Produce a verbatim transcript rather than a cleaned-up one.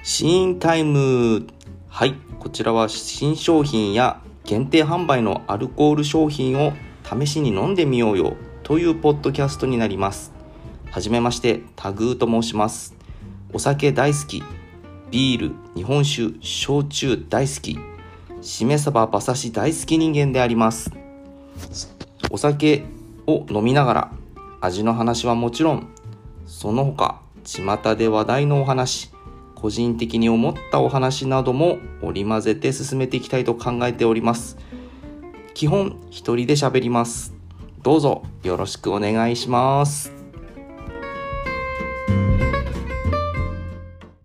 シーンタイム。はい、こちらは新商品や限定販売のアルコール商品を試しに飲んでみようよというポッドキャストになります。はじめまして、タグーと申します。お酒大好き、ビール、日本酒、焼酎大好き、しめ鯖馬刺し大好き人間であります。お酒を飲みながら味の話はもちろん、その他巷で話題のお話、個人的に思ったお話なども織り交ぜて進めていきたいと考えております。基本一人で喋ります。どうぞよろしくお願いします。